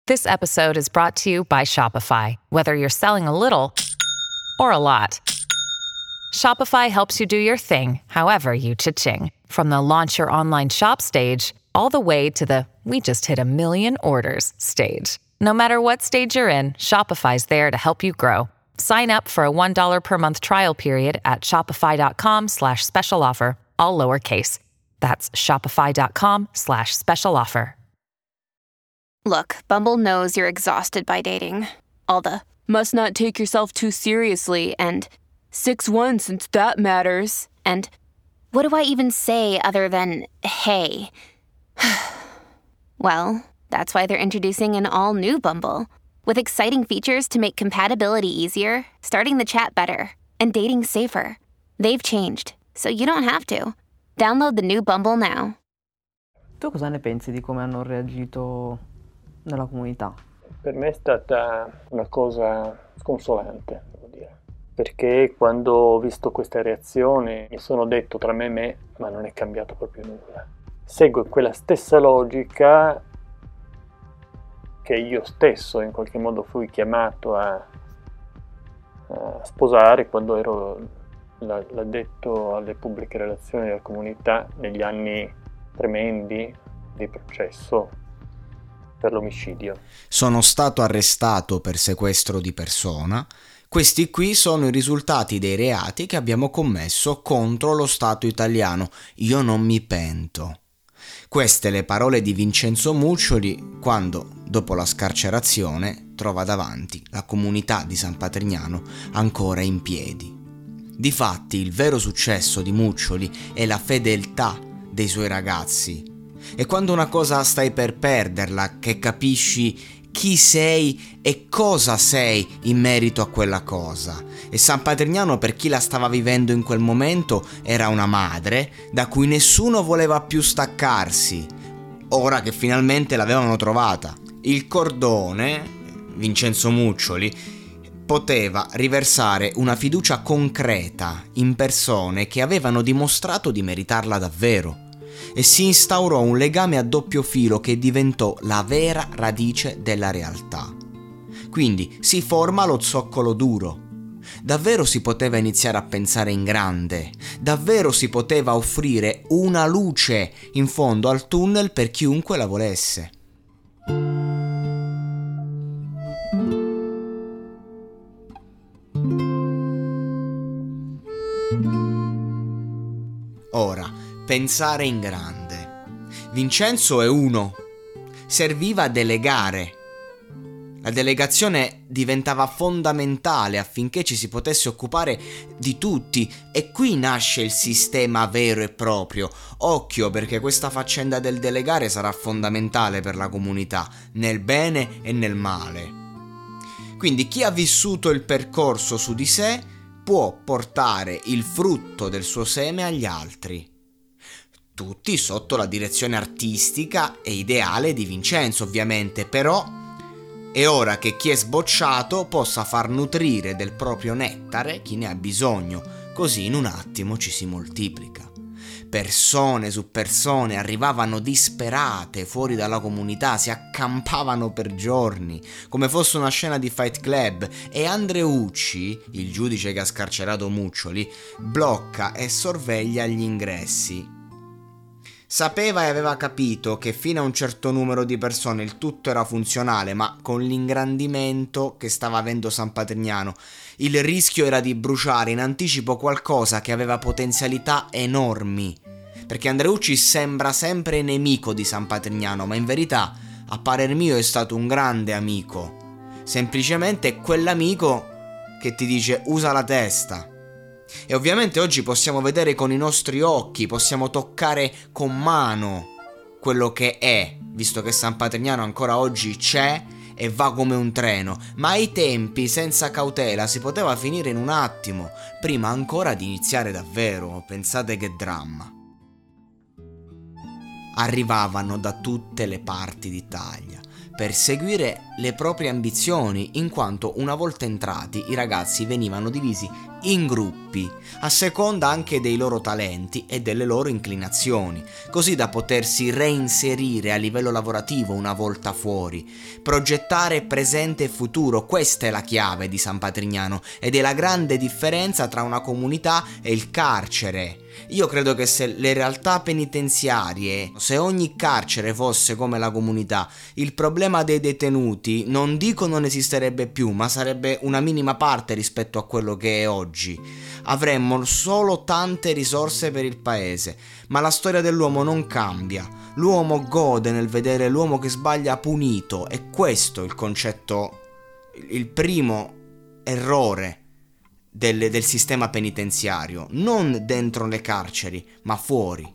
This episode is brought to you by Shopify. Whether you're selling a little or a lot, Shopify helps you do your thing, however you cha-ching. From the launch your online shop stage, all the way to the we just hit 1 million orders stage. No matter what stage you're in, Shopify's there to help you grow. Sign up for a $1 per month trial period at shopify.com/special offer, all lowercase. That's shopify.com/special offer. Look, Bumble knows you're exhausted by dating. All the must not take yourself too seriously and 6'1" since that matters. And what do I even say other than hey? Well, that's why they're introducing an all-new Bumble with exciting features to make compatibility easier, starting the chat better, and dating safer. They've changed, so you don't have to. Download the new Bumble now. Tu cosa ne pensi di come hanno reagito nella comunità? Per me è stata una cosa sconsolante, devo dire, perché quando ho visto queste reazioni mi sono detto tra me e me, ma non è cambiato proprio nulla. Segue quella stessa logica che io stesso in qualche modo fui chiamato a sposare quando ero l'addetto alle pubbliche relazioni della comunità negli anni tremendi di processo per l'omicidio. Sono stato arrestato per sequestro di persona. Questi qui sono i risultati dei reati che abbiamo commesso contro lo Stato italiano. Io non mi pento. Queste le parole di Vincenzo Muccioli quando, dopo la scarcerazione, trova davanti la comunità di San Patrignano ancora in piedi. Difatti, il vero successo di Muccioli è la fedeltà dei suoi ragazzi. E quando una cosa stai per perderla, che capisci chi sei e cosa sei in merito a quella cosa. E San Patrignano, per chi la stava vivendo in quel momento, era una madre da cui nessuno voleva più staccarsi, ora che finalmente l'avevano trovata. Il cordone, Vincenzo Muccioli, poteva riversare una fiducia concreta in persone che avevano dimostrato di meritarla davvero. E si instaurò un legame a doppio filo che diventò la vera radice della realtà. Quindi si forma lo zoccolo duro. Davvero si poteva iniziare a pensare in grande, davvero si poteva offrire una luce in fondo al tunnel per chiunque la volesse. Ora, pensare in grande. Vincenzo è uno. Serviva a delegare. La delegazione diventava fondamentale affinché ci si potesse occupare di tutti e qui nasce il sistema vero e proprio. Occhio, perché questa faccenda del delegare sarà fondamentale per la comunità, nel bene e nel male. Quindi chi ha vissuto il percorso su di sé può portare il frutto del suo seme agli altri. Tutti sotto la direzione artistica e ideale di Vincenzo, ovviamente, però è ora che chi è sbocciato possa far nutrire del proprio nettare chi ne ha bisogno, così in un attimo ci si moltiplica. Persone su persone arrivavano disperate fuori dalla comunità, si accampavano per giorni, come fosse una scena di Fight Club, e Andreucci, il giudice che ha scarcerato Muccioli, blocca e sorveglia gli ingressi. Sapeva e aveva capito che fino a un certo numero di persone il tutto era funzionale, ma con l'ingrandimento che stava avendo San Patrignano, il rischio era di bruciare in anticipo qualcosa che aveva potenzialità enormi. Perché Andreucci sembra sempre nemico di San Patrignano, ma in verità, a parer mio, è stato un grande amico. Semplicemente è quell'amico che ti dice usa la testa. E ovviamente oggi possiamo vedere con i nostri occhi, possiamo toccare con mano quello che è, visto che San Patrignano ancora oggi c'è e va come un treno, ma ai tempi senza cautela si poteva finire in un attimo, prima ancora di iniziare davvero. Pensate che dramma. Arrivavano da tutte le parti d'Italia per seguire le proprie ambizioni, in quanto una volta entrati i ragazzi venivano divisi in gruppi, a seconda anche dei loro talenti e delle loro inclinazioni, così da potersi reinserire a livello lavorativo una volta fuori. Progettare presente e futuro, questa è la chiave di San Patrignano ed è la grande differenza tra una comunità e il carcere. Io credo che se le realtà penitenziarie, se ogni carcere fosse come la comunità, il problema dei detenuti non dico non esisterebbe più, ma sarebbe una minima parte rispetto a quello che è oggi. Avremmo solo tante risorse per il paese, ma la storia dell'uomo non cambia. L'uomo gode nel vedere l'uomo che sbaglia punito, e questo è il concetto, il primo errore del sistema penitenziario, non dentro le carceri, ma fuori.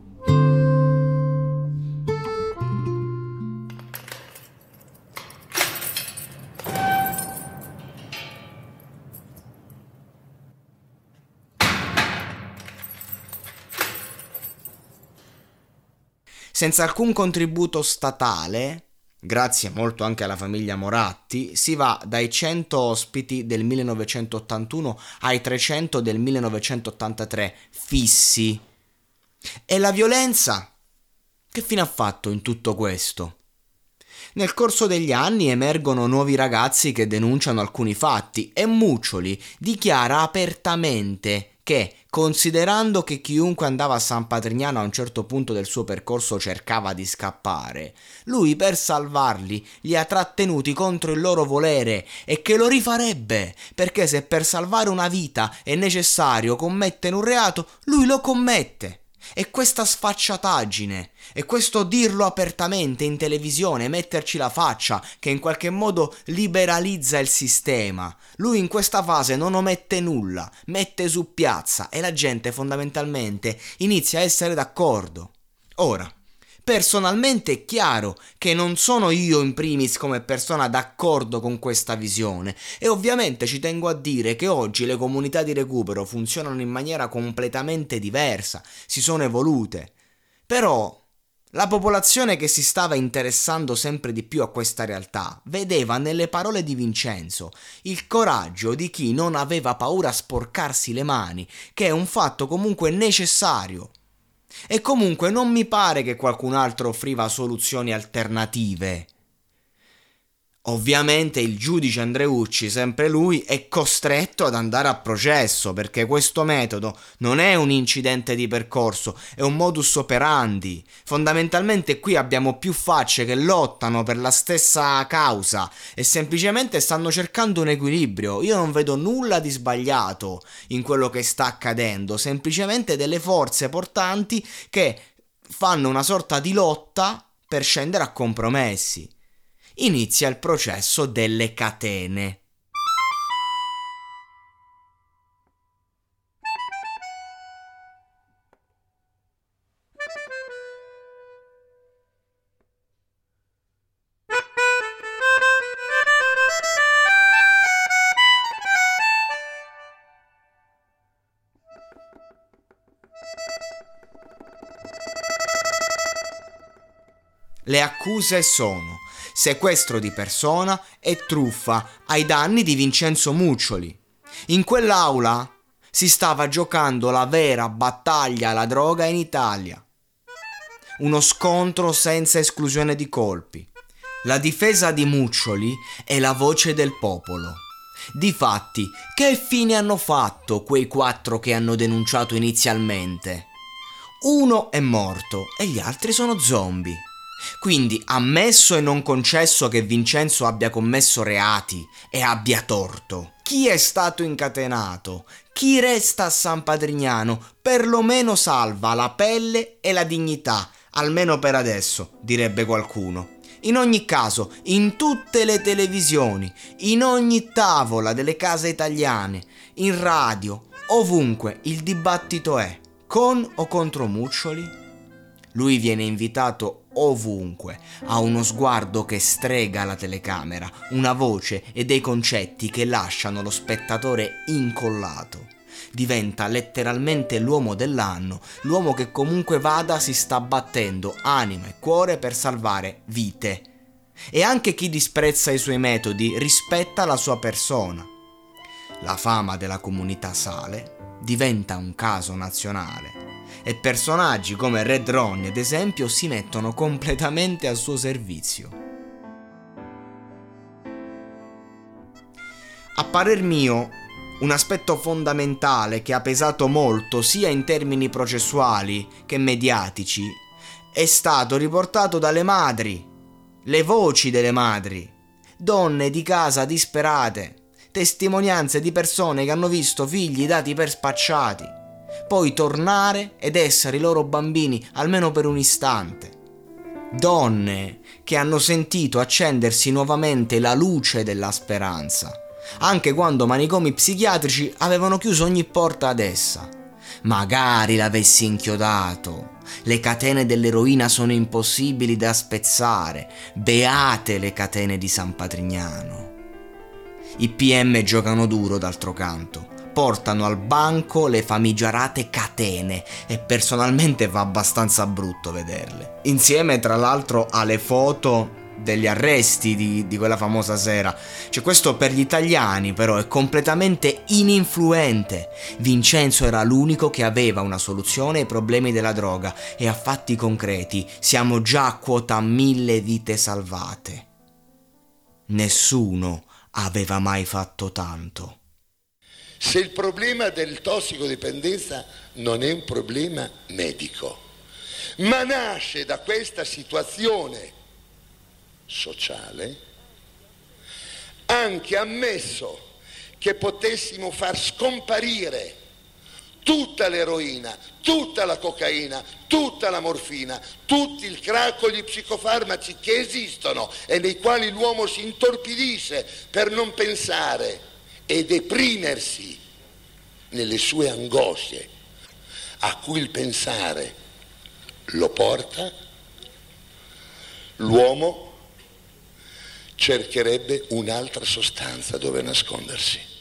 Senza alcun contributo statale, grazie molto anche alla famiglia Moratti, si va dai 100 ospiti del 1981 ai 300 del 1983 fissi. E la violenza? Che fine ha fatto in tutto questo? Nel corso degli anni emergono nuovi ragazzi che denunciano alcuni fatti e Muccioli dichiara apertamente che, considerando che chiunque andava a San Patrignano a un certo punto del suo percorso cercava di scappare, lui per salvarli li ha trattenuti contro il loro volere e che lo rifarebbe, perché se per salvare una vita è necessario commettere un reato, lui lo commette. E questa sfacciataggine, e questo dirlo apertamente in televisione, metterci la faccia, che in qualche modo liberalizza il sistema. Lui in questa fase non omette nulla, mette su piazza e la gente fondamentalmente inizia a essere d'accordo. Ora, personalmente è chiaro che non sono io in primis come persona d'accordo con questa visione e ovviamente ci tengo a dire che oggi le comunità di recupero funzionano in maniera completamente diversa, si sono evolute. Però la popolazione che si stava interessando sempre di più a questa realtà vedeva nelle parole di Vincenzo il coraggio di chi non aveva paura a sporcarsi le mani, che è un fatto comunque necessario. E comunque non mi pare che qualcun altro offriva soluzioni alternative. Ovviamente il giudice Andreucci, sempre lui, è costretto ad andare a processo perché questo metodo non è un incidente di percorso, è un modus operandi. Fondamentalmente qui abbiamo più facce che lottano per la stessa causa e semplicemente stanno cercando un equilibrio. Io non vedo nulla di sbagliato in quello che sta accadendo, semplicemente delle forze portanti che fanno una sorta di lotta per scendere a compromessi. Inizia il processo delle catene. Le accuse sono sequestro di persona e truffa ai danni di Vincenzo Muccioli. In quell'aula si stava giocando la vera battaglia alla droga in Italia. Uno scontro senza esclusione di colpi. La difesa di Muccioli è la voce del popolo. Difatti, che fine hanno fatto quei 4 che hanno denunciato inizialmente? Uno è morto e gli altri sono zombie. Quindi, ammesso e non concesso che Vincenzo abbia commesso reati e abbia torto, chi è stato incatenato, chi resta a San Patrignano, perlomeno salva la pelle e la dignità, almeno per adesso, direbbe qualcuno. In ogni caso, in tutte le televisioni, in ogni tavola delle case italiane, in radio, ovunque il dibattito è: con o contro Muccioli? Lui viene invitato ovunque, ha uno sguardo che strega la telecamera, una voce e dei concetti che lasciano lo spettatore incollato. Diventa letteralmente l'uomo dell'anno, l'uomo che comunque vada si sta battendo anima e cuore per salvare vite. E anche chi disprezza i suoi metodi rispetta la sua persona. la fama della comunità sale, diventa un caso nazionale e personaggi come Red Ronnie, ad esempio, si mettono completamente al suo servizio. A parer mio, un aspetto fondamentale che ha pesato molto sia in termini processuali che mediatici è stato riportato dalle madri, le voci delle madri, donne di casa disperate, testimonianze di persone che hanno visto figli dati per spacciati, poi tornare ed essere i loro bambini almeno per un istante. Donne che hanno sentito accendersi nuovamente la luce della speranza, anche quando manicomi psichiatrici avevano chiuso ogni porta ad essa. Magari l'avessi inchiodato. Le catene dell'eroina sono impossibili da spezzare. Beate le catene di San Patrignano. I PM giocano duro, d'altro canto. Portano al banco le famigerate catene e personalmente fa abbastanza brutto vederle. Insieme, tra l'altro, alle foto degli arresti di quella famosa sera. Cioè, questo per gli italiani però è completamente ininfluente. Vincenzo era l'unico che aveva una soluzione ai problemi della droga e a fatti concreti siamo già a quota 1000 vite salvate. Nessuno aveva mai fatto tanto. Se il problema del tossicodipendenza non è un problema medico, ma nasce da questa situazione sociale, anche ammesso che potessimo far scomparire tutta l'eroina, tutta la cocaina, tutta la morfina, tutti il crack o gli psicofarmaci che esistono e nei quali l'uomo si intorpidisce per non pensare e deprimersi nelle sue angosce a cui il pensare lo porta, l'uomo cercherebbe un'altra sostanza dove nascondersi.